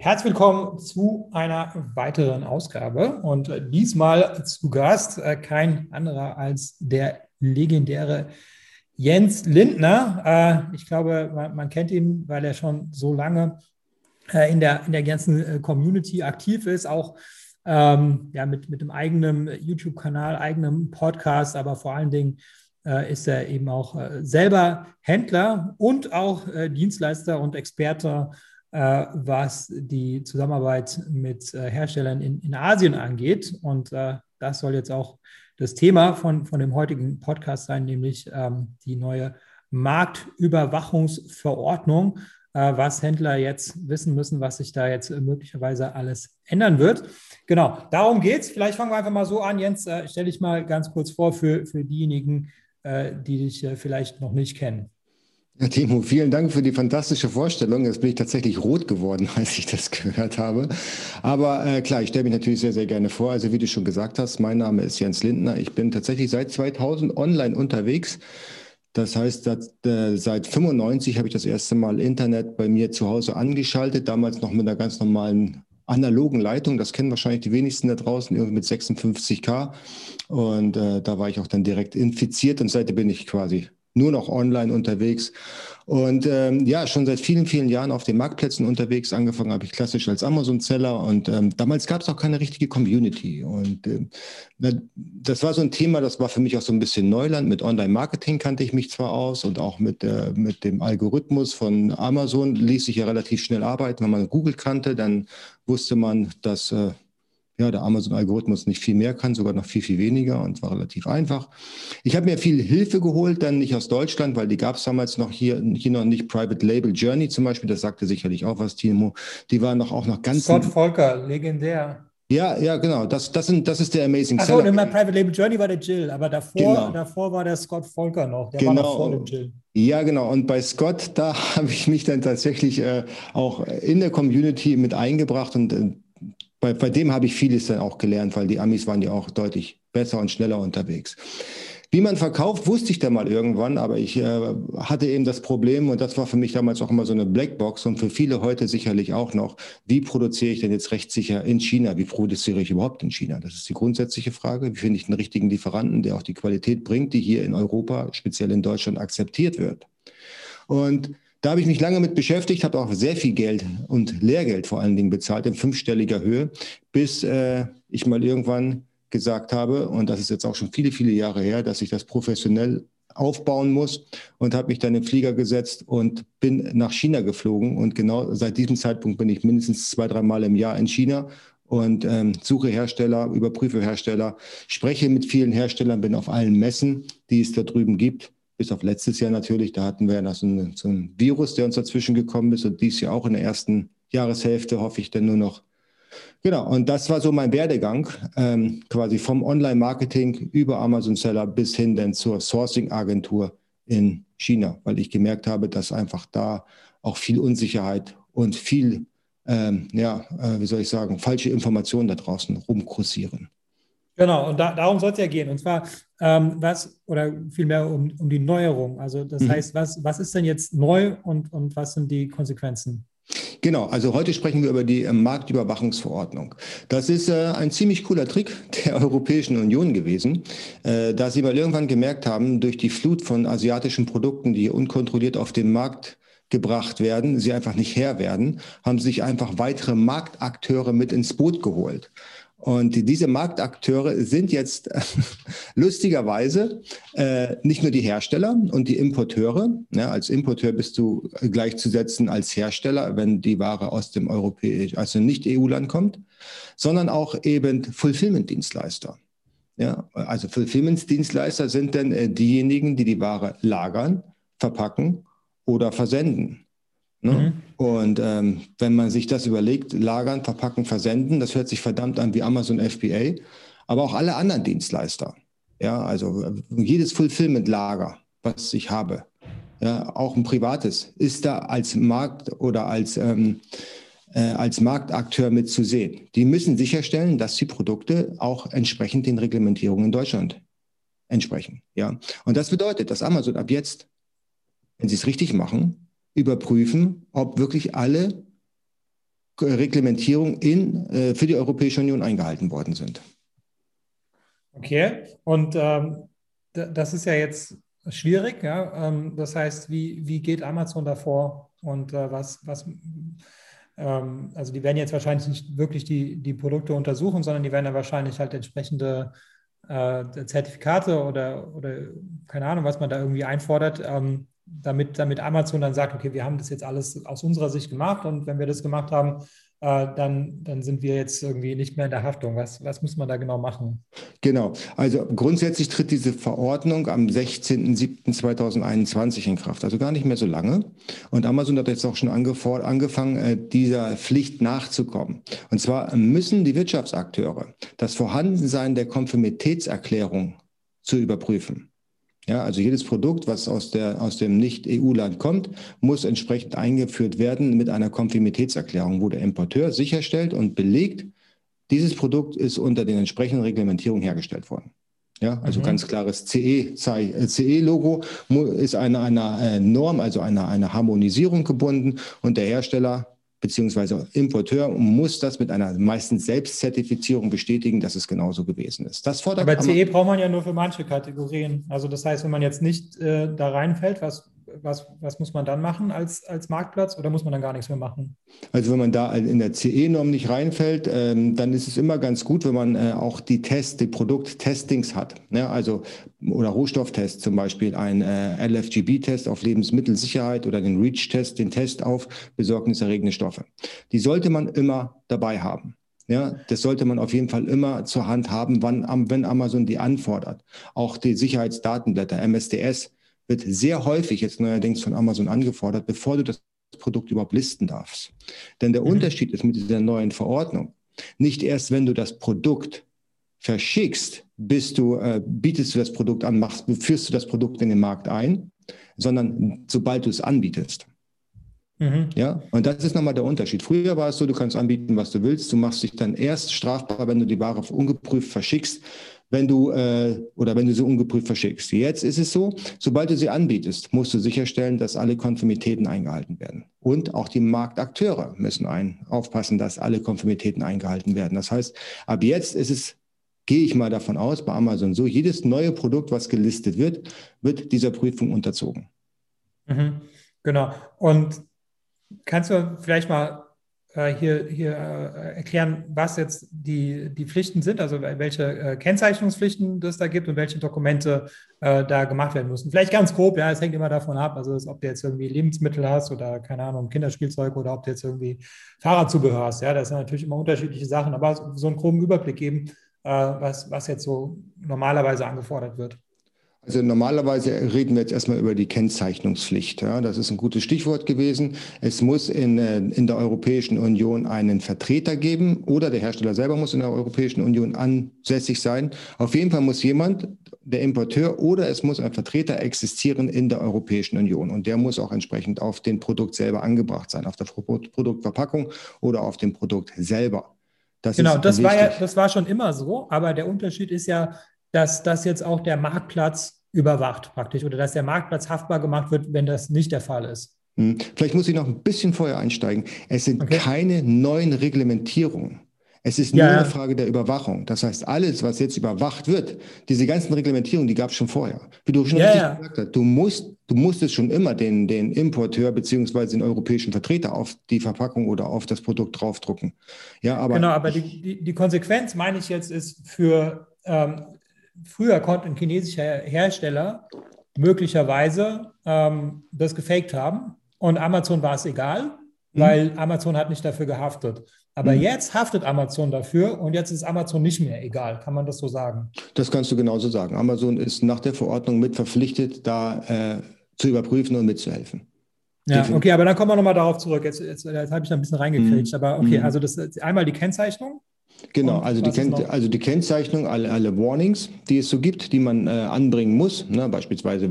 Herzlich willkommen zu einer weiteren Ausgabe und diesmal zu Gast kein anderer als der legendäre Jens Lindner. Ich glaube, man kennt ihn, weil er schon so lange in der ganzen Community aktiv ist, auch mit dem eigenen YouTube-Kanal, eigenem Podcast, aber vor allen Dingen ist er eben auch selber Händler und auch Dienstleister und Experte, was die Zusammenarbeit mit Herstellern in Asien angeht. Und das soll jetzt auch das Thema von dem heutigen Podcast sein, nämlich die neue Marktüberwachungsverordnung, was Händler jetzt wissen müssen, was sich da jetzt möglicherweise alles ändern wird. Genau, darum geht es. Vielleicht fangen wir einfach mal so an. Jens, stell dich mal ganz kurz vor für diejenigen, die dich vielleicht noch nicht kennen. Ja, Timo, vielen Dank für die fantastische Vorstellung. Jetzt bin ich tatsächlich rot geworden, als ich das gehört habe. Aber klar, ich stelle mich natürlich sehr, sehr gerne vor. Also wie du schon gesagt hast, mein Name ist Jens Lindner. Ich bin tatsächlich seit 2000 online unterwegs. Das heißt, seit 95 habe ich das erste Mal Internet bei mir zu Hause angeschaltet, damals noch mit einer ganz normalen analogen Leitung. Das kennen wahrscheinlich die wenigsten da draußen, irgendwie mit 56K. Und da war ich auch dann direkt infiziert und seitdem bin ich quasi nur noch online unterwegs und ja, schon seit vielen, vielen Jahren auf den Marktplätzen unterwegs. Angefangen habe ich klassisch als Amazon-Seller und damals gab es auch keine richtige Community und das war so ein Thema, das war für mich auch so ein bisschen Neuland. Mit Online-Marketing kannte ich mich zwar aus und auch mit dem Algorithmus von Amazon ließ sich ja relativ schnell arbeiten. Wenn man Google kannte, dann wusste man, dass ja, der Amazon-Algorithmus nicht viel mehr kann, sogar noch viel, viel weniger und war relativ einfach. Ich habe mir viel Hilfe geholt, dann nicht aus Deutschland, weil die gab es damals noch hier noch nicht. Private Label Journey zum Beispiel, das sagte sicherlich auch was, Timo. Die waren noch auch noch ganz... Scott Volker, legendär. Ja, ja, genau. Das ist der Amazing Achso, Seller. in meinem Private Label Journey war der Jill, aber Genau, davor war der Scott Volker noch. Der war noch vor dem genau. Jill. Ja, genau. Und bei Scott, da habe ich mich dann tatsächlich auch in der Community mit eingebracht und bei dem habe ich vieles dann auch gelernt, weil die Amis waren ja auch deutlich besser und schneller unterwegs. Wie man verkauft, wusste ich dann mal irgendwann, aber ich hatte eben das Problem, und das war für mich damals auch immer so eine Blackbox und für viele heute sicherlich auch noch, wie produziere ich denn jetzt rechtssicher in China? Wie produziere ich überhaupt in China? Das ist die grundsätzliche Frage. Wie finde ich einen richtigen Lieferanten, der auch die Qualität bringt, die hier in Europa, speziell in Deutschland, akzeptiert wird? Und da habe ich mich lange mit beschäftigt, habe auch sehr viel Geld und Lehrgeld vor allen Dingen bezahlt, in fünfstelliger Höhe, bis ich mal irgendwann gesagt habe, und das ist jetzt auch schon viele, viele Jahre her, dass ich das professionell aufbauen muss und habe mich dann in den Flieger gesetzt und bin nach China geflogen. Und genau seit diesem Zeitpunkt bin ich mindestens 2, 3 Mal im Jahr in China und suche Hersteller, überprüfe Hersteller, spreche mit vielen Herstellern, bin auf allen Messen, die es da drüben gibt. Bis auf letztes Jahr natürlich, da hatten wir ja so ein Virus, der uns dazwischen gekommen ist und dies Jahr auch in der ersten Jahreshälfte, hoffe ich, dann nur noch. Genau, und das war so mein Werdegang, quasi vom Online-Marketing über Amazon-Seller bis hin dann zur Sourcing-Agentur in China, weil ich gemerkt habe, dass einfach da auch viel Unsicherheit und viel, wie soll ich sagen, falsche Informationen da draußen rumkursieren. Genau, und darum soll es ja gehen. Und zwar oder vielmehr um die Neuerung. Also das Mhm. heißt, was ist denn jetzt neu und was sind die Konsequenzen? Genau, also heute sprechen wir über die Marktüberwachungsverordnung. Das ist ein ziemlich cooler Trick der Europäischen Union gewesen, da sie mal irgendwann gemerkt haben, durch die Flut von asiatischen Produkten, die unkontrolliert auf den Markt gebracht werden, sie einfach nicht Herr werden, haben sich einfach weitere Marktakteure mit ins Boot geholt. Und diese Marktakteure sind jetzt lustigerweise nicht nur die Hersteller und die Importeure. Ja, als Importeur bist du gleichzusetzen als Hersteller, wenn die Ware aus dem also Nicht-EU-Land kommt, sondern auch eben Fulfillment-Dienstleister. Ja, also Fulfillment-Dienstleister sind dann diejenigen, die die Ware lagern, verpacken oder versenden. Ne? Mhm. Und wenn man sich das überlegt, lagern, verpacken, versenden, das hört sich verdammt an wie Amazon FBA, aber auch alle anderen Dienstleister. Ja, also jedes Fulfillment-Lager, was ich habe, ja, auch ein privates, ist da als Markt oder als Marktakteur mit zu sehen. Die müssen sicherstellen, dass die Produkte auch entsprechend den Reglementierungen in Deutschland entsprechen. Ja, und das bedeutet, dass Amazon ab jetzt, wenn sie es richtig machen, überprüfen, ob wirklich alle Reglementierungen für die Europäische Union eingehalten worden sind. Okay, und das ist ja jetzt schwierig, ja. Das heißt, wie geht Amazon davor und also die werden jetzt wahrscheinlich nicht wirklich die Produkte untersuchen, sondern die werden dann wahrscheinlich halt entsprechende Zertifikate oder keine Ahnung, was man da irgendwie einfordert, damit Amazon dann sagt, okay, wir haben das jetzt alles aus unserer Sicht gemacht und wenn wir das gemacht haben, dann sind wir jetzt irgendwie nicht mehr in der Haftung. Was muss man da genau machen? Genau, also grundsätzlich tritt diese Verordnung am 16.07.2021 in Kraft, also gar nicht mehr so lange. Und Amazon hat jetzt auch schon angefangen, dieser Pflicht nachzukommen. Und zwar müssen die Wirtschaftsakteure das Vorhandensein der Konformitätserklärung zu überprüfen. Ja, also jedes Produkt, was aus dem Nicht-EU-Land kommt, muss entsprechend eingeführt werden mit einer Konformitätserklärung, wo der Importeur sicherstellt und belegt, dieses Produkt ist unter den entsprechenden Reglementierungen hergestellt worden. Ja, also ganz klares CE-Logo ist einer Norm, also einer Harmonisierung gebunden und der Hersteller bzw. Importeur muss das mit einer meistens Selbstzertifizierung bestätigen, dass es genauso gewesen ist. Das fordert Aber CE braucht man ja nur für manche Kategorien. Also das heißt, wenn man jetzt nicht da reinfällt, was muss man dann machen als Marktplatz oder muss man dann gar nichts mehr machen? Also wenn man da in der CE-Norm nicht reinfällt, dann ist es immer ganz gut, wenn man auch die Produkttestings hat. Ja, also oder Rohstofftests zum Beispiel, ein LFGB-Test auf Lebensmittelsicherheit oder den REACH-Test, den Test auf besorgniserregende Stoffe. Die sollte man immer dabei haben. Ja, das sollte man auf jeden Fall immer zur Hand haben, wenn Amazon die anfordert. Auch die Sicherheitsdatenblätter, MSDS, wird sehr häufig jetzt neuerdings von Amazon angefordert, bevor du das Produkt überhaupt listen darfst. Denn der Unterschied ist mit dieser neuen Verordnung, nicht erst, wenn du das Produkt verschickst, bietest du das Produkt an, führst du das Produkt in den Markt ein, sondern sobald du es anbietest. Ja, und das ist nochmal der Unterschied. Früher war es so, du kannst anbieten, was du willst. Du machst dich dann erst strafbar, wenn du die Ware ungeprüft verschickst, wenn du sie ungeprüft verschickst. Jetzt ist es so, sobald du sie anbietest, musst du sicherstellen, dass alle Konformitäten eingehalten werden. Und auch die Marktakteure müssen aufpassen, dass alle Konformitäten eingehalten werden. Das heißt, ab jetzt gehe ich mal davon aus, bei Amazon so, jedes neue Produkt, was gelistet wird dieser Prüfung unterzogen. Genau. Und kannst du vielleicht mal hier erklären, was jetzt die Pflichten sind, also welche Kennzeichnungspflichten es da gibt und welche Dokumente da gemacht werden müssen? Vielleicht ganz grob, ja, es hängt immer davon ab, also ob du jetzt irgendwie Lebensmittel hast oder, keine Ahnung, Kinderspielzeug oder ob du jetzt irgendwie Fahrradzubehör hast. Ja, das sind natürlich immer unterschiedliche Sachen, aber so einen groben Überblick geben, was jetzt so normalerweise angefordert wird. Also normalerweise reden wir jetzt erstmal über die Kennzeichnungspflicht. Ja, das ist ein gutes Stichwort gewesen. Es muss in der Europäischen Union einen Vertreter geben oder der Hersteller selber muss in der Europäischen Union ansässig sein. Auf jeden Fall muss jemand, der Importeur oder es muss ein Vertreter existieren in der Europäischen Union. Und der muss auch entsprechend auf dem Produkt selber angebracht sein, auf der Produktverpackung oder auf dem Produkt selber. Das war schon immer so, aber der Unterschied ist ja, dass das jetzt auch der Marktplatz überwacht praktisch oder dass der Marktplatz haftbar gemacht wird, wenn das nicht der Fall ist. Vielleicht muss ich noch ein bisschen vorher einsteigen. Es sind keine neuen Reglementierungen. Es ist nur eine Frage der Überwachung. Das heißt, alles, was jetzt überwacht wird, diese ganzen Reglementierungen, die gab es schon vorher. Wie du schon richtig gesagt hast, du musstest schon immer den Importeur bzw. den europäischen Vertreter auf die Verpackung oder auf das Produkt draufdrucken. Ja, aber genau, aber die Konsequenz, meine ich jetzt, ist früher konnte ein chinesischer Hersteller möglicherweise das gefaked haben und Amazon war es egal, weil Amazon hat nicht dafür gehaftet. Aber jetzt haftet Amazon dafür und jetzt ist Amazon nicht mehr egal. Kann man das so sagen? Das kannst du genauso sagen. Amazon ist nach der Verordnung mit verpflichtet, da zu überprüfen und mitzuhelfen. Ja, definitiv. Okay, aber dann kommen wir nochmal darauf zurück. Jetzt habe ich da ein bisschen reingekretscht. Aber okay, also das ist einmal die Kennzeichnung. Genau, also die Kennzeichnung, alle Warnings, die es so gibt, die man anbringen muss. Ne? Beispielsweise,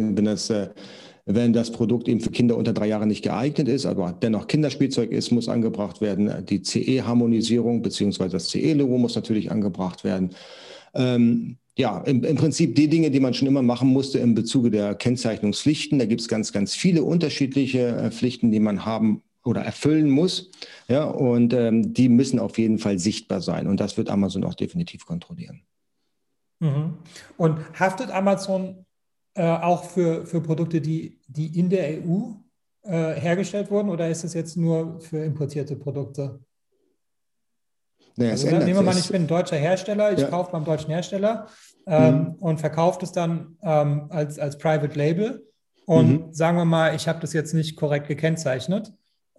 wenn das Produkt eben für Kinder unter 3 Jahren nicht geeignet ist, aber dennoch Kinderspielzeug ist, muss angebracht werden. Die CE-Harmonisierung bzw. das CE-Logo muss natürlich angebracht werden. Im Prinzip die Dinge, die man schon immer machen musste im Bezuge der Kennzeichnungspflichten. Da gibt es ganz, ganz viele unterschiedliche Pflichten, die man haben oder erfüllen muss. Ja, und die müssen auf jeden Fall sichtbar sein. Und das wird Amazon auch definitiv kontrollieren. Mhm. Und haftet Amazon auch für Produkte, die in der EU hergestellt wurden, oder ist es jetzt nur für importierte Produkte? Naja, es Also ändert nehmen wir mal, ich es. bin ein deutscher Hersteller, ich Ja. kaufe beim deutschen Hersteller Mhm. und verkaufe es dann als Private Label. Mhm. Und sagen wir mal, ich habe das jetzt nicht korrekt gekennzeichnet.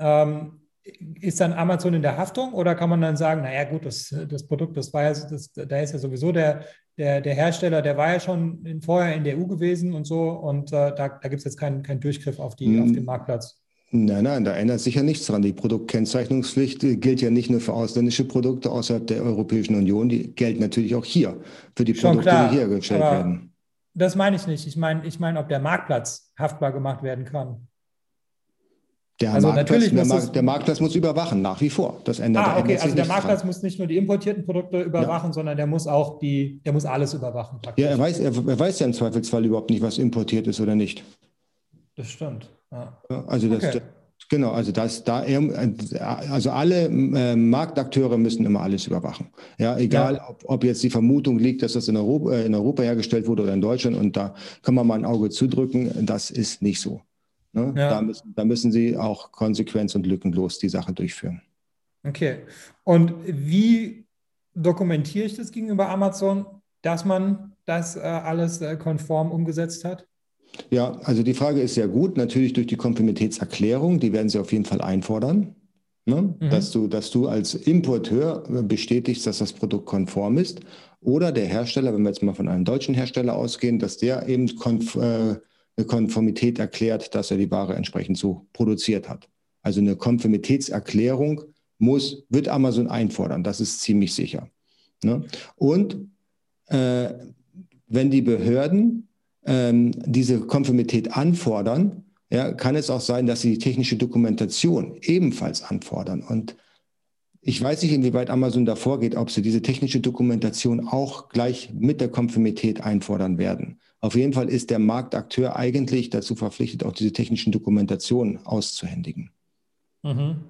Ist dann Amazon in der Haftung oder kann man dann sagen, naja gut, das Produkt, das war ja, da ist ja sowieso der Hersteller, der war ja schon vorher in der EU gewesen und so und da gibt es jetzt keinen Durchgriff auf den Mhm. Marktplatz. Nein, nein, da ändert sich ja nichts dran. Die Produktkennzeichnungspflicht gilt ja nicht nur für ausländische Produkte außerhalb der Europäischen Union, die gelten natürlich auch hier für die Schon Produkte, die hier klar, hergestellt aber werden. das meine ich nicht. Ich meine, ob der Marktplatz haftbar gemacht werden kann. Also natürlich muss es. Der Marktplatz muss überwachen, nach wie vor. Da Okay, ändert sich also der nichts dran. Marktplatz muss nicht nur die importierten Produkte Ja, überwachen, sondern der muss alles überwachen ja praktisch. er weiß ja im Zweifelsfall überhaupt nicht, was importiert ist oder nicht. Das stimmt. Ja. Ja, also Okay. genau, also alle Marktakteure müssen immer alles überwachen. Ja, egal, Ja, ob jetzt die Vermutung liegt, dass das in Europa hergestellt wurde oder in Deutschland, und da kann man mal ein Auge zudrücken, das ist nicht so. Ne? ja. Da müssen sie auch konsequent und lückenlos die Sache durchführen. Okay. Und wie dokumentiere ich das gegenüber Amazon, dass man das alles konform umgesetzt hat? Ja, also die Frage ist sehr gut. Natürlich durch die Konformitätserklärung, die werden Sie auf jeden Fall einfordern, ne? Mhm. Dass du als Importeur bestätigst, dass das Produkt konform ist. Oder der Hersteller, wenn wir jetzt mal von einem deutschen Hersteller ausgehen, dass der eben eine Konformität erklärt, dass er die Ware entsprechend so produziert hat. Also eine Konformitätserklärung wird Amazon einfordern, das ist ziemlich sicher. Ne? Und äh, wenn die Behörden diese Konformität anfordern, ja, kann es auch sein, dass sie die technische Dokumentation ebenfalls anfordern. Und ich weiß nicht, inwieweit Amazon davor geht, ob sie diese technische Dokumentation auch gleich mit der Konformität einfordern werden. Auf jeden Fall ist der Marktakteur eigentlich dazu verpflichtet, auch diese technischen Dokumentationen auszuhändigen. Mhm.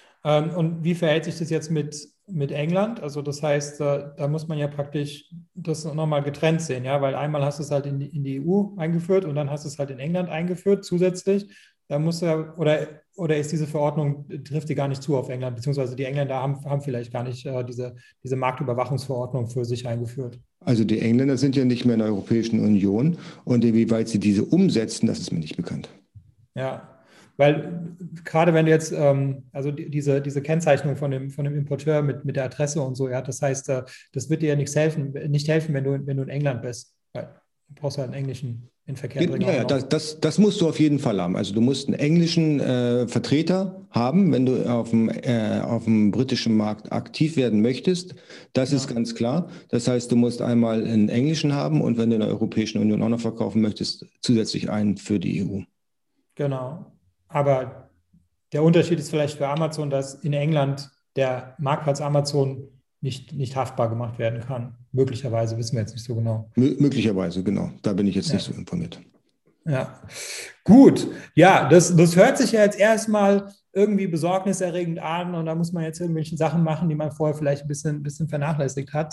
Und wie verhält sich das jetzt mit England? Also das heißt, da muss man ja praktisch das nochmal getrennt sehen, ja, weil einmal hast du es halt in die EU eingeführt und dann hast du es halt in England eingeführt zusätzlich. Da muss ja, oder ist diese Verordnung, trifft die gar nicht zu auf England, beziehungsweise die Engländer haben vielleicht gar nicht diese Marktüberwachungsverordnung für sich eingeführt. Also die Engländer sind ja nicht mehr in der Europäischen Union, und inwieweit sie diese umsetzen, das ist mir nicht bekannt. Ja, weil gerade wenn du jetzt, also diese Kennzeichnung von dem Importeur mit der Adresse und so, ja, das heißt, das wird dir ja nicht helfen, wenn du in England bist. Weil du brauchst ja einen englischen Inverkehrbringer Ja, auch ja, noch. das musst du auf jeden Fall haben. Also du musst einen englischen Vertreter haben, wenn du auf dem britischen Markt aktiv werden möchtest. Das ist Ja, ganz klar. Das heißt, du musst einmal einen englischen haben, und wenn du in der Europäischen Union auch noch verkaufen möchtest, zusätzlich einen für die EU. genau. Aber der Unterschied ist vielleicht für Amazon, dass in England der Marktplatz Amazon nicht haftbar gemacht werden kann. Möglicherweise, wissen wir jetzt nicht so genau. Möglicherweise, genau. Da bin ich jetzt nicht Ja. so informiert. Ja, gut. Ja, das hört sich ja jetzt erstmal irgendwie besorgniserregend an und da muss man jetzt irgendwelche Sachen machen, die man vorher vielleicht bisschen vernachlässigt hat.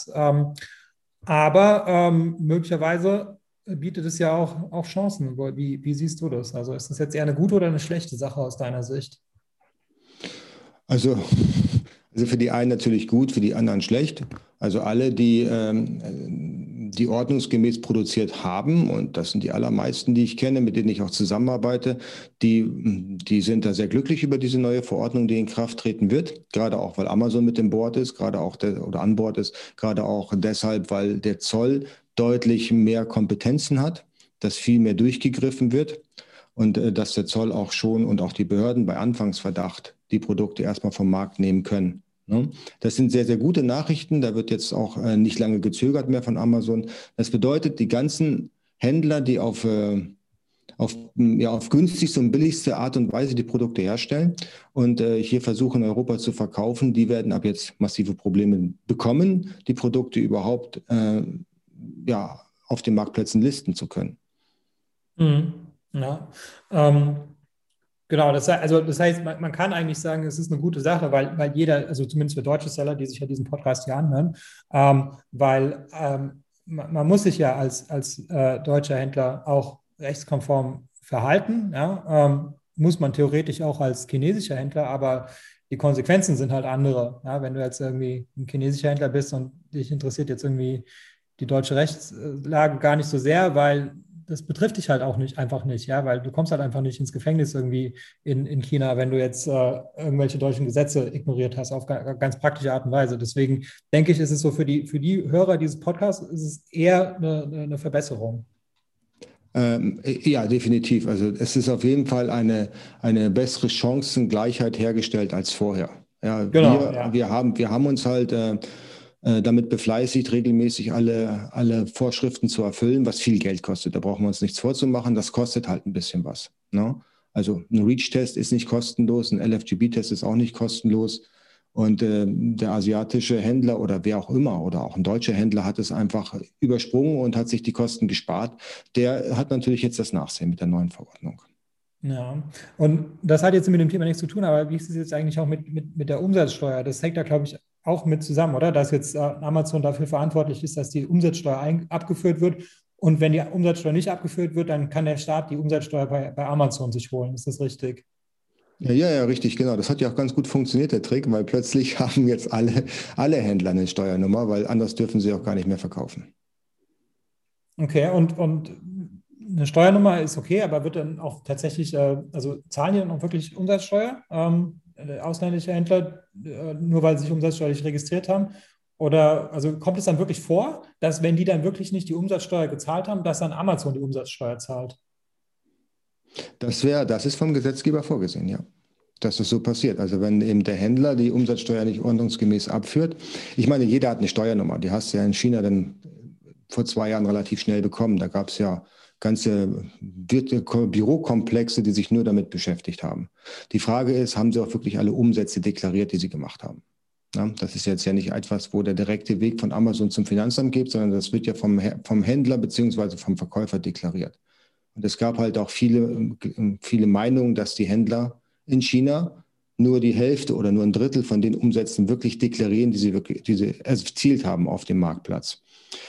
Aber möglicherweise bietet es ja auch Chancen. Wie siehst du das? Also ist das jetzt eher eine gute oder eine schlechte Sache aus deiner Sicht? Also, also für die einen natürlich gut, für die anderen schlecht. Also alle, die ordnungsgemäß produziert haben, und das sind die allermeisten, die ich kenne, mit denen ich auch zusammenarbeite, die sind da sehr glücklich über diese neue Verordnung, die in Kraft treten wird. Gerade auch, weil Amazon mit dem Board ist, oder an Bord ist, gerade auch deshalb, weil der Zoll deutlich mehr Kompetenzen hat, dass viel mehr durchgegriffen wird. Und dass der Zoll auch schon und auch die Behörden bei Anfangsverdacht die Produkte erstmal vom Markt nehmen können. Ne? Das sind sehr, sehr gute Nachrichten. Da wird jetzt auch nicht lange gezögert mehr von Amazon. Das bedeutet, die ganzen Händler, die auf günstigste und billigste Art und Weise die Produkte herstellen und hier versuchen, in Europa zu verkaufen, die werden ab jetzt massive Probleme bekommen, die Produkte überhaupt ja, auf den Marktplätzen listen zu können. Mhm. Ja. Ähm, Genau, das heißt, man kann eigentlich sagen, es ist eine gute Sache, weil jeder, also zumindest für deutsche Seller, die sich ja diesen Podcast hier anhören, weil man muss sich ja als deutscher Händler auch rechtskonform verhalten, ja, muss man theoretisch auch als chinesischer Händler, aber die Konsequenzen sind halt andere. Ja, wenn du jetzt irgendwie ein chinesischer Händler bist und dich interessiert jetzt irgendwie die deutsche Rechtslage gar nicht so sehr, weil das betrifft dich halt auch nicht, einfach nicht, ja, weil du kommst halt einfach nicht ins Gefängnis irgendwie in China, wenn du jetzt irgendwelche deutschen Gesetze ignoriert hast, auf ganz praktische Art und Weise. Deswegen denke ich, ist es so für die Hörer dieses Podcasts, ist es eher eine Verbesserung. Ja, definitiv. Also es ist auf jeden Fall eine bessere Chancengleichheit hergestellt als vorher. Ja, Genau, ja. wir haben uns halt damit befleißigt, regelmäßig alle Vorschriften zu erfüllen, was viel Geld kostet. Da brauchen wir uns nichts vorzumachen. Das kostet halt ein bisschen was. Ne? Also ein REACH-Test ist nicht kostenlos, ein LFGB-Test ist auch nicht kostenlos. Und der asiatische Händler oder wer auch immer oder auch ein deutscher Händler hat es einfach übersprungen und hat sich die Kosten gespart. Der hat natürlich jetzt das Nachsehen mit der neuen Verordnung. Ja, und das hat jetzt mit dem Thema nichts zu tun, aber wie ist es jetzt eigentlich auch mit der Umsatzsteuer? Das hängt da, glaube ich, auch mit zusammen, oder? Dass jetzt Amazon dafür verantwortlich ist, dass die Umsatzsteuer abgeführt wird. Und wenn die Umsatzsteuer nicht abgeführt wird, dann kann der Staat die Umsatzsteuer bei Amazon sich holen. Ist das richtig? Ja, richtig, genau. Das hat ja auch ganz gut funktioniert, der Trick, weil plötzlich haben jetzt alle Händler eine Steuernummer, weil anders dürfen sie auch gar nicht mehr verkaufen. Okay, und eine Steuernummer ist okay, aber wird dann auch tatsächlich, also zahlen die dann auch wirklich Umsatzsteuer, ausländische Händler, nur weil sie sich umsatzsteuerlich registriert haben? Oder also kommt es dann wirklich vor, dass wenn die dann wirklich nicht die Umsatzsteuer gezahlt haben, dass dann Amazon die Umsatzsteuer zahlt? Das ist vom Gesetzgeber vorgesehen, ja. Dass es so passiert. Also wenn eben der Händler die Umsatzsteuer nicht ordnungsgemäß abführt. Ich meine, jeder hat eine Steuernummer. Die hast du ja in China dann vor 2 Jahren relativ schnell bekommen. Da gab es ja ganze Bürokomplexe, die sich nur damit beschäftigt haben. Die Frage ist, haben sie auch wirklich alle Umsätze deklariert, die sie gemacht haben? Ja, das ist jetzt ja nicht etwas, wo der direkte Weg von Amazon zum Finanzamt geht, sondern das wird ja vom Händler beziehungsweise vom Verkäufer deklariert. Und es gab halt auch viele Meinungen, dass die Händler in China nur die Hälfte oder nur ein Drittel von den Umsätzen wirklich deklarieren, die sie erzielt haben auf dem Marktplatz.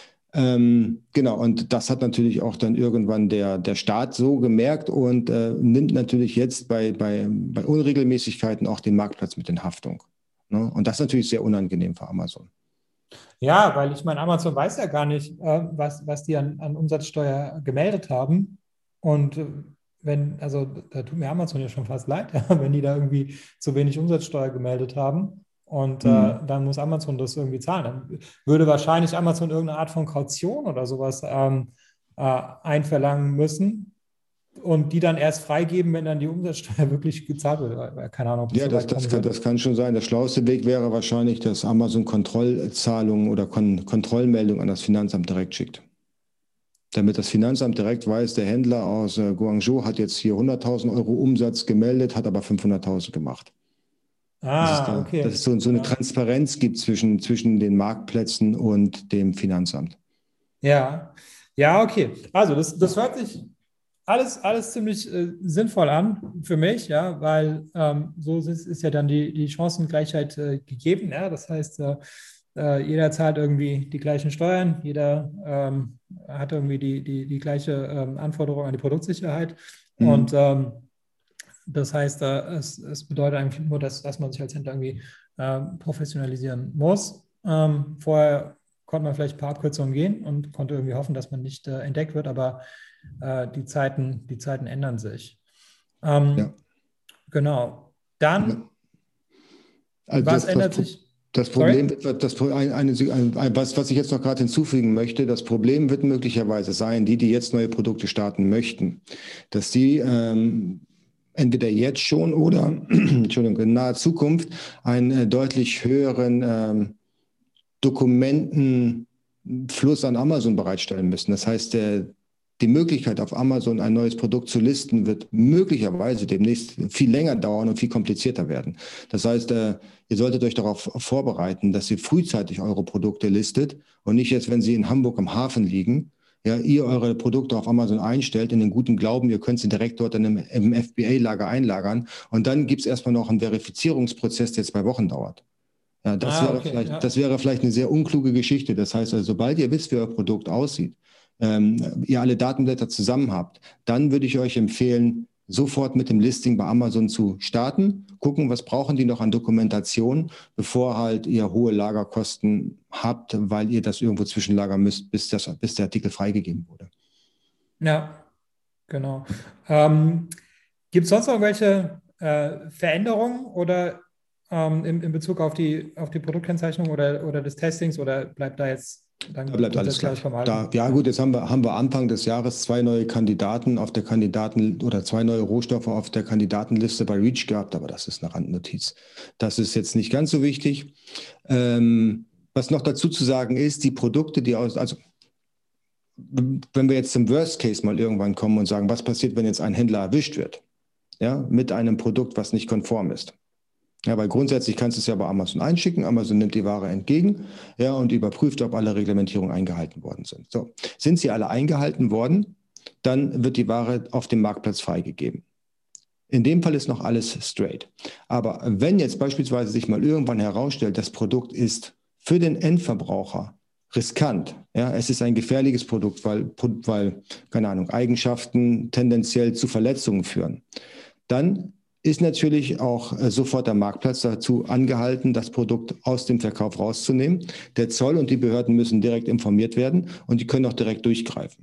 Genau, und das hat natürlich auch dann irgendwann der Staat so gemerkt und nimmt natürlich jetzt bei Unregelmäßigkeiten auch den Marktplatz mit in Haftung. Ne? Und das ist natürlich sehr unangenehm für Amazon. Ja, weil ich meine, Amazon weiß ja gar nicht, was die an Umsatzsteuer gemeldet haben. Und also da tut mir Amazon ja schon fast leid, ja, wenn die da irgendwie zu wenig Umsatzsteuer gemeldet haben. Und Mhm. dann muss Amazon das irgendwie zahlen. Dann würde wahrscheinlich Amazon irgendeine Art von Kaution oder sowas einverlangen müssen und die dann erst freigeben, wenn dann die Umsatzsteuer wirklich gezahlt wird. Keine Ahnung, ob die Ja, so weit kommen würden. das kann schon sein. Der schlauste Weg wäre wahrscheinlich, dass Amazon Kontrollzahlungen oder Kontrollmeldungen an das Finanzamt direkt schickt. Damit das Finanzamt direkt weiß, der Händler aus Guangzhou hat jetzt hier 100.000 € Umsatz gemeldet, hat aber 500.000 gemacht. Ah, Dass okay. es so eine Ja. Transparenz gibt zwischen den Marktplätzen und dem Finanzamt. Ja, ja, okay. Also das hört sich alles ziemlich sinnvoll an für mich, ja, weil so ist ja dann die Chancengleichheit gegeben. Ja? Das heißt, jeder zahlt irgendwie die gleichen Steuern, jeder hat irgendwie die gleiche Anforderung an die Produktsicherheit. Und Mhm. das heißt, es bedeutet eigentlich nur, dass man sich als Händler irgendwie professionalisieren muss. Vorher konnte man vielleicht ein paar Abkürzungen gehen und konnte irgendwie hoffen, dass man nicht entdeckt wird, aber die Zeiten ändern sich. Ja. Genau. Dann, Also was ändert sich? das Sorry? Problem wird, was ich jetzt noch gerade hinzufügen möchte, das Problem wird möglicherweise sein, die jetzt neue Produkte starten möchten, dass die entweder jetzt schon oder Entschuldigung, in naher Zukunft einen deutlich höheren Dokumentenfluss an Amazon bereitstellen müssen. Das heißt, die Möglichkeit, auf Amazon ein neues Produkt zu listen, wird möglicherweise demnächst viel länger dauern und viel komplizierter werden. Das heißt, ihr solltet euch darauf vorbereiten, dass ihr frühzeitig eure Produkte listet und nicht jetzt, wenn sie in Hamburg am Hafen liegen, ja, ihr eure Produkte auf Amazon einstellt, in den guten Glauben, ihr könnt sie direkt dort im FBA-Lager einlagern. Und dann gibt es erstmal noch einen Verifizierungsprozess, der 2 Wochen dauert. Ja, Okay, ja. das wäre vielleicht eine sehr unkluge Geschichte. Das heißt, also, sobald ihr wisst, wie euer Produkt aussieht, ihr alle Datenblätter zusammen habt, dann würde ich euch empfehlen, sofort mit dem Listing bei Amazon zu starten, gucken, was brauchen die noch an Dokumentation, bevor halt ihr hohe Lagerkosten habt, weil ihr das irgendwo zwischenlagern müsst, bis der Artikel freigegeben wurde. Ja, genau. Gibt es sonst noch irgendwelche Veränderungen oder in Bezug auf die Produktkennzeichnung oder des Testings oder bleibt da jetzt dann Da bleibt alles grundsätzlich gleich. beim Alten? Ja gut, jetzt haben wir Anfang des Jahres 2 neue Kandidaten auf der oder 2 neue Rohstoffe auf der Kandidatenliste bei REACH gehabt, aber das ist eine Randnotiz. Das ist jetzt nicht ganz so wichtig. Was noch dazu zu sagen ist, die Produkte, also wenn wir jetzt zum Worst Case mal irgendwann kommen und sagen, was passiert, wenn jetzt ein Händler erwischt wird, ja, mit einem Produkt, was nicht konform ist. Ja, weil grundsätzlich kannst du es ja bei Amazon einschicken. Amazon nimmt die Ware entgegen, ja, und überprüft, ob alle Reglementierungen eingehalten worden sind. So, sind sie alle eingehalten worden, dann wird die Ware auf dem Marktplatz freigegeben. In dem Fall ist noch alles straight. Aber wenn jetzt beispielsweise sich mal irgendwann herausstellt, das Produkt ist für den Endverbraucher riskant, ja, es ist ein gefährliches Produkt, weil keine Ahnung, Eigenschaften tendenziell zu Verletzungen führen, dann ist natürlich auch sofort der Marktplatz dazu angehalten, das Produkt aus dem Verkauf rauszunehmen. Der Zoll und die Behörden müssen direkt informiert werden und die können auch direkt durchgreifen.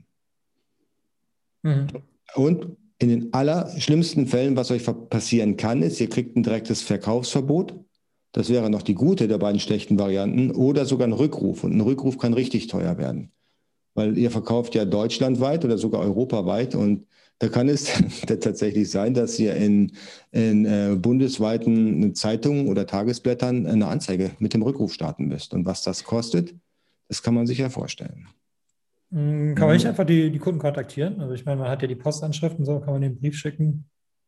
Mhm. Und in den allerschlimmsten Fällen, was euch passieren kann, ist, ihr kriegt ein direktes Verkaufsverbot. Das wäre noch die gute der beiden schlechten Varianten oder sogar ein Rückruf. Und ein Rückruf kann richtig teuer werden, weil ihr verkauft ja deutschlandweit oder sogar europaweit und da kann es tatsächlich sein, dass ihr in bundesweiten Zeitungen oder Tagesblättern eine Anzeige mit dem Rückruf starten müsst. Und was das kostet, das kann man sich ja vorstellen. Kann man nicht einfach die Kunden kontaktieren? Also ich meine, man hat ja die Postanschrift und so, kann man den Brief schicken?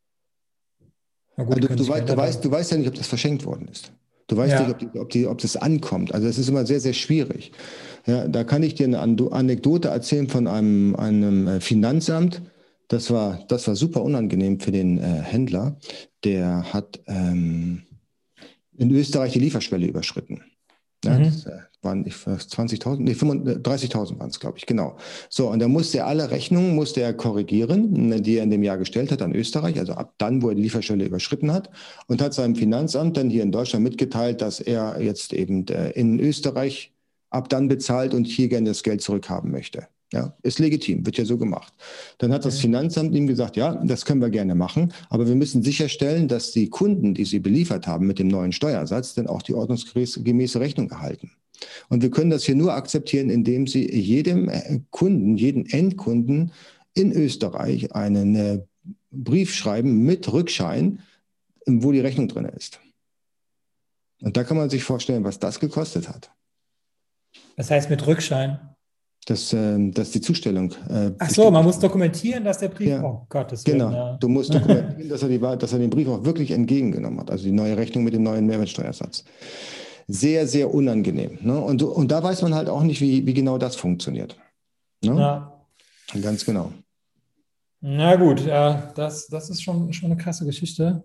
Na gut, du weißt ja nicht, ob das verschenkt worden ist. Du weißt nicht, ob das ankommt. Also es ist immer sehr, sehr schwierig. Ja, da kann ich dir eine Anekdote erzählen von einem Finanzamt. Das war super unangenehm für den Händler. Der hat in Österreich die Lieferschwelle überschritten. Ja, das waren 20.000, nee, 30.000 waren es, glaube ich, genau. So, und da musste er alle Rechnungen korrigieren, die er in dem Jahr gestellt hat an Österreich, also ab dann, wo er die Lieferschwelle überschritten hat, und hat seinem Finanzamt dann hier in Deutschland mitgeteilt, dass er jetzt eben in Österreich ab dann bezahlt und hier gerne das Geld zurückhaben möchte. Ja, ist legitim, wird ja so gemacht. Dann hat das Finanzamt ihm gesagt, ja, das können wir gerne machen, aber wir müssen sicherstellen, dass die Kunden, die sie beliefert haben mit dem neuen Steuersatz, dann auch die ordnungsgemäße Rechnung erhalten. Und wir können das hier nur akzeptieren, indem sie jedem Endkunden in Österreich einen Brief schreiben mit Rückschein, wo die Rechnung drin ist. Und da kann man sich vorstellen, was das gekostet hat. Das heißt mit Rückschein? Dass die Zustellung. Ach so, man muss dokumentieren, dass der Brief, ja, oh Gottes Willen. Genau, ja. Du musst dokumentieren, dass er den Brief auch wirklich entgegengenommen hat, also die neue Rechnung mit dem neuen Mehrwertsteuersatz. Sehr, sehr unangenehm. Ne? Und da weiß man halt auch nicht, wie genau das funktioniert. Ne? Ja. Ganz genau. Na gut, das ist schon eine krasse Geschichte.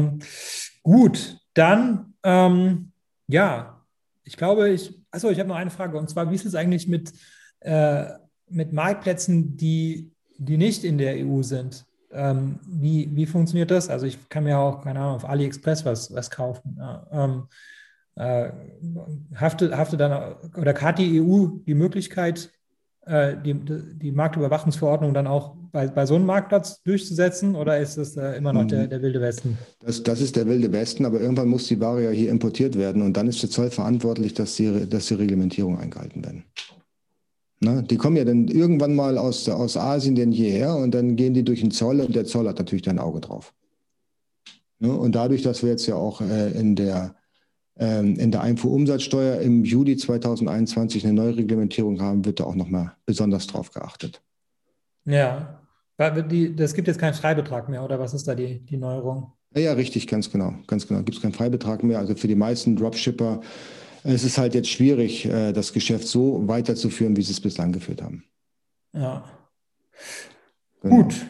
Gut, dann, ich glaube, ich habe noch eine Frage. Und zwar, wie ist es eigentlich mit Marktplätzen, die nicht in der EU sind? Wie funktioniert das? Also ich kann mir auch, keine Ahnung, auf AliExpress was kaufen. Haftet dann, oder hat die EU die Möglichkeit, die Marktüberwachungsverordnung dann auch bei so einem Marktplatz durchzusetzen, oder ist das immer noch der Wilde Westen? Das ist der Wilde Westen, aber irgendwann muss die Ware ja hier importiert werden und dann ist der Zoll verantwortlich, dass die Reglementierungen eingehalten werden. Na, die kommen ja dann irgendwann mal aus Asien denn hierher und dann gehen die durch den Zoll und der Zoll hat natürlich da ein Auge drauf. Ja, und dadurch, dass wir jetzt ja auch in der Einfuhrumsatzsteuer im Juli 2021 eine neue Reglementierung haben, wird da auch nochmal besonders drauf geachtet. Ja, das gibt jetzt keinen Freibetrag mehr, oder was ist da die Neuerung? Ja, richtig, ganz genau. Gibt es keinen Freibetrag mehr. Also für die meisten Dropshipper es ist halt jetzt schwierig, das Geschäft so weiterzuführen, wie sie es bislang geführt haben. Ja. Genau. Gut.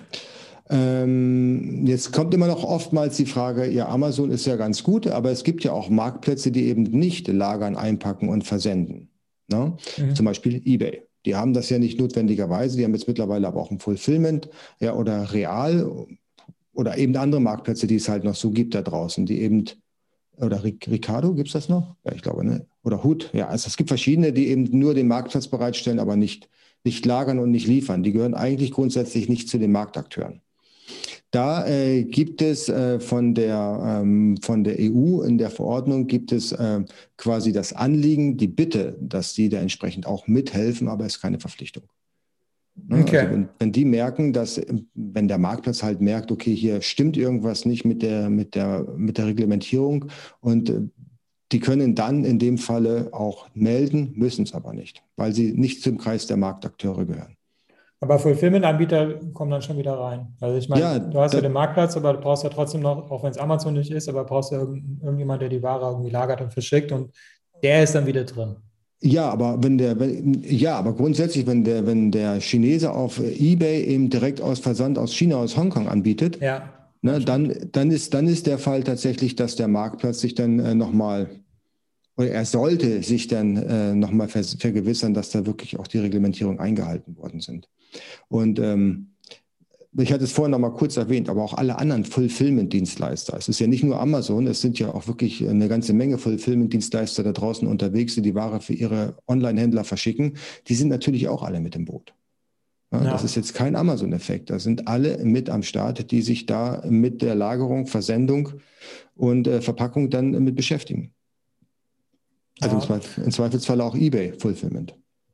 Jetzt kommt immer noch oftmals die Frage, ja, Amazon ist ja ganz gut, aber es gibt ja auch Marktplätze, die eben nicht lagern, einpacken und versenden. Ne? Zum Mhm. Beispiel eBay. Die haben das ja nicht notwendigerweise, die haben jetzt mittlerweile aber auch ein Fulfillment, ja, oder Real oder eben andere Marktplätze, die es halt noch so gibt da draußen, die eben, oder Ricardo, gibt es das noch? Ja, ich glaube, ne? Oder Hood. Ja, also es gibt verschiedene, die eben nur den Marktplatz bereitstellen, aber nicht lagern und nicht liefern. Die gehören eigentlich grundsätzlich nicht zu den Marktakteuren. Da gibt es von der EU in der Verordnung gibt es quasi das Anliegen, die Bitte, dass die da entsprechend auch mithelfen, aber es ist keine Verpflichtung. Ne? Also Okay. wenn die merken, dass, wenn der Marktplatz halt merkt, okay, hier stimmt irgendwas nicht mit der Reglementierung und die können dann in dem Falle auch melden, müssen es aber nicht, weil sie nicht zum Kreis der Marktakteure gehören. Aber Fulfillment-Anbieter kommen dann schon wieder rein. Also ich meine, Ja, du hast ja den Marktplatz, aber du brauchst ja trotzdem noch, auch wenn es Amazon nicht ist, aber brauchst ja irgendjemand, der die Ware irgendwie lagert und verschickt und der ist dann wieder drin. ja, aber ja, aber grundsätzlich, wenn der Chinese auf eBay eben direkt aus Versand aus China, aus Hongkong anbietet, Ja, ja, ne, stimmt. dann ist der Fall tatsächlich, dass der Marktplatz sich dann nochmal, oder er sollte sich dann nochmal vergewissern, dass da wirklich auch die Reglementierungen eingehalten worden sind. Und ich hatte es vorhin noch mal kurz erwähnt, aber auch alle anderen Fulfillment-Dienstleister. Es ist ja nicht nur Amazon, es sind ja auch wirklich eine ganze Menge Fulfillment-Dienstleister da draußen unterwegs, die die Ware für ihre Online-Händler verschicken. Die sind natürlich auch alle mit im Boot. Ja, das ist Ja, jetzt kein Amazon-Effekt. Da sind alle mit am Start, die sich da mit der Lagerung, Versendung und Verpackung dann mit beschäftigen. Also ja. im Zweifelsfall auch eBay Fulfillment.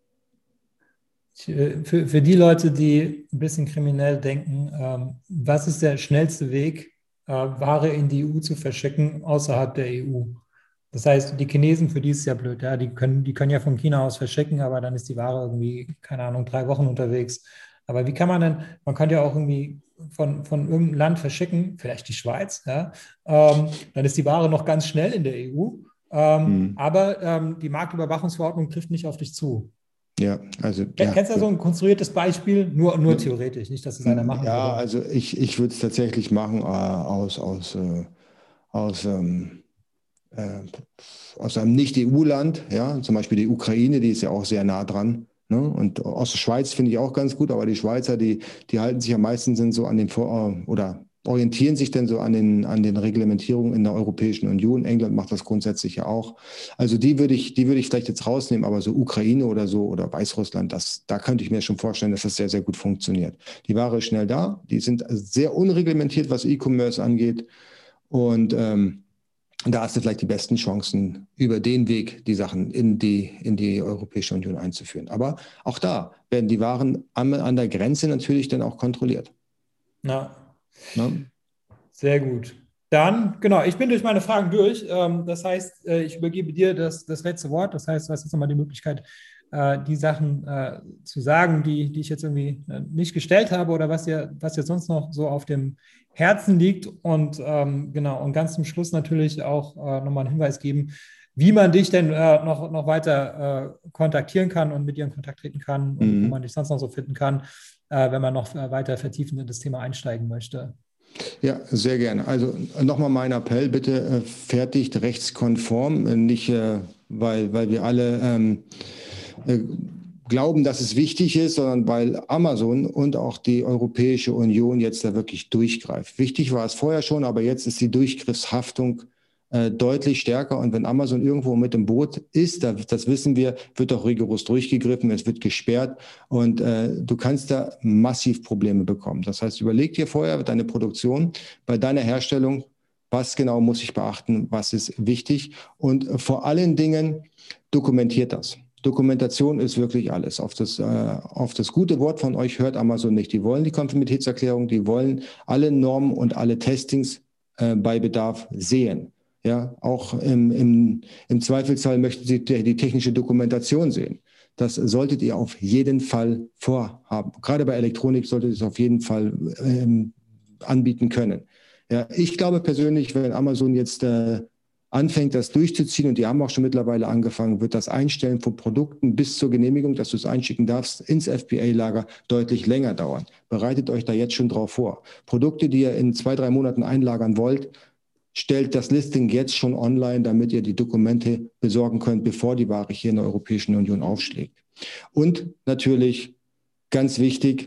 Für die Leute, die ein bisschen kriminell denken, was ist der schnellste Weg, Ware in die EU zu verschicken, außerhalb der EU? Das heißt, die Chinesen, für die ist es ja blöd, ja, die können ja von China aus verschicken, aber dann ist die Ware irgendwie, keine Ahnung, 3 Wochen unterwegs. Aber wie kann man denn, man kann ja auch irgendwie von irgendeinem Land verschicken, vielleicht die Schweiz, ja, dann ist die Ware noch ganz schnell in der EU, Hm. aber die Marktüberwachungsverordnung trifft nicht auf dich zu. Ja, also ja. Kennst du da so ein konstruiertes Beispiel? Nur theoretisch, nicht, dass es einer machen Ja, würde. also ich würde es tatsächlich machen aus, äh, aus einem Nicht-EU-Land, ja, zum Beispiel die Ukraine, die ist ja auch sehr nah dran. Ne? Und aus der Schweiz finde ich auch ganz gut, aber die Schweizer, die halten sich am meisten sind so an den oder orientieren sich denn so an den Reglementierungen in der Europäischen Union. England macht das grundsätzlich ja auch. Also die würde ich vielleicht jetzt rausnehmen, aber so Ukraine oder so oder Weißrussland, da könnte ich mir schon vorstellen, dass das sehr, sehr gut funktioniert. Die Ware ist schnell da, die sind sehr unreglementiert, was E-Commerce angeht. Und da hast du vielleicht die besten Chancen, über den Weg die Sachen in die Europäische Union einzuführen. Aber auch da werden die Waren an der Grenze natürlich dann auch kontrolliert. Ja, Ne? sehr gut. Dann, genau, ich bin durch meine Fragen durch. Das heißt, ich übergebe dir das letzte Wort. Das heißt, du hast jetzt nochmal die Möglichkeit, die Sachen zu sagen, die ich jetzt irgendwie nicht gestellt habe oder was dir sonst noch so auf dem Herzen liegt. Und genau, und ganz zum Schluss natürlich auch nochmal einen Hinweis geben, wie man dich denn noch weiter kontaktieren kann und mit dir in Kontakt treten kann und wo man Mhm. dich sonst noch so finden kann, wenn man noch weiter vertiefend in das Thema einsteigen möchte. Ja, sehr gerne. Also nochmal mein Appell, bitte fertigt rechtskonform, nicht weil wir alle äh, glauben, dass es wichtig ist, sondern weil Amazon und auch die Europäische Union jetzt da wirklich durchgreift. Wichtig war es vorher schon, aber jetzt ist die Durchgriffshaftung deutlich stärker. Und wenn Amazon irgendwo mit im Boot ist, das wissen wir, wird auch rigoros durchgegriffen, es wird gesperrt und du kannst da massiv Probleme bekommen. Das heißt, überleg dir vorher deine Produktion bei deiner Herstellung, was genau muss ich beachten, was ist wichtig und vor allen Dingen dokumentiert das. Dokumentation ist wirklich alles. Auf das gute Wort von euch hört Amazon nicht. Die wollen die Konformitätserklärung, die wollen alle Normen und alle Testings bei Bedarf sehen. Ja, auch im Zweifelsfall möchten Sie die technische Dokumentation sehen. Das solltet ihr auf jeden Fall vorhaben. Gerade bei Elektronik solltet ihr es auf jeden Fall anbieten können. Ja, ich glaube persönlich, wenn Amazon jetzt anfängt, das durchzuziehen, und die haben auch schon mittlerweile angefangen, wird das Einstellen von Produkten bis zur Genehmigung, dass du es einschicken darfst, ins FBA-Lager deutlich länger dauern. Bereitet euch da jetzt schon drauf vor. Produkte, die ihr in 2, 3 Monaten einlagern wollt, stellt das Listing jetzt schon online, damit ihr die Dokumente besorgen könnt, bevor die Ware hier in der Europäischen Union aufschlägt. Und natürlich, ganz wichtig,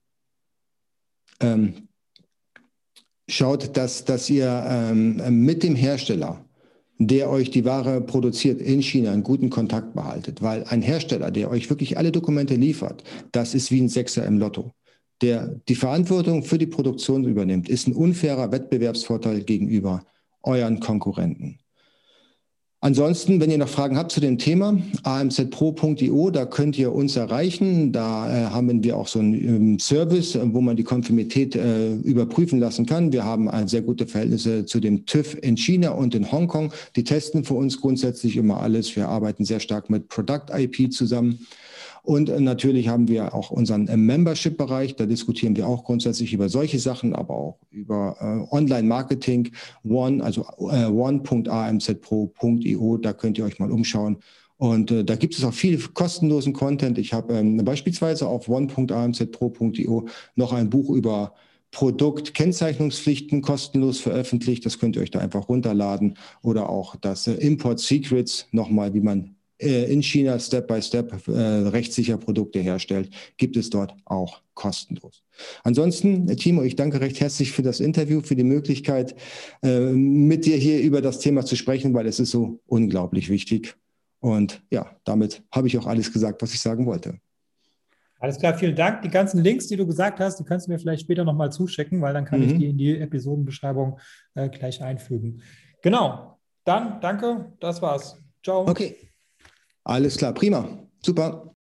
schaut, dass ihr mit dem Hersteller, der euch die Ware produziert in China, einen guten Kontakt behaltet. Weil ein Hersteller, der euch wirklich alle Dokumente liefert, das ist wie ein Sechser im Lotto. Der die Verantwortung für die Produktion übernimmt, ist ein unfairer Wettbewerbsvorteil gegenüber euren Konkurrenten. Ansonsten, wenn ihr noch Fragen habt zu dem Thema, amzpro.io, da könnt ihr uns erreichen. Da haben wir auch so einen Service, wo man die Konformität überprüfen lassen kann. Wir haben sehr gute Verhältnisse zu dem TÜV in China und in Hongkong. Die testen für uns grundsätzlich immer alles. Wir arbeiten sehr stark mit Product IP zusammen. Und natürlich haben wir auch unseren Membership-Bereich. Da diskutieren wir auch grundsätzlich über solche Sachen, aber auch über Online-Marketing. one.amzpro.io, da könnt ihr euch mal umschauen. Und da gibt es auch viel kostenlosen Content. Ich habe beispielsweise auf one.amzpro.io noch ein Buch über Produktkennzeichnungspflichten kostenlos veröffentlicht. Das könnt ihr euch da einfach runterladen. Oder auch das Import Secrets, nochmal, wie man in China Step by Step rechtssicher Produkte herstellt, gibt es dort auch kostenlos. Ansonsten, Timo, ich danke recht herzlich für das Interview, für die Möglichkeit, mit dir hier über das Thema zu sprechen, weil es ist so unglaublich wichtig. Und ja, damit habe ich auch alles gesagt, was ich sagen wollte. Alles klar, vielen Dank. Die ganzen Links, die du gesagt hast, die kannst du mir vielleicht später nochmal zuschicken, weil dann kann ich die in die Episodenbeschreibung gleich einfügen. Genau, dann danke, das war's. Ciao. Okay. Alles klar, prima, super.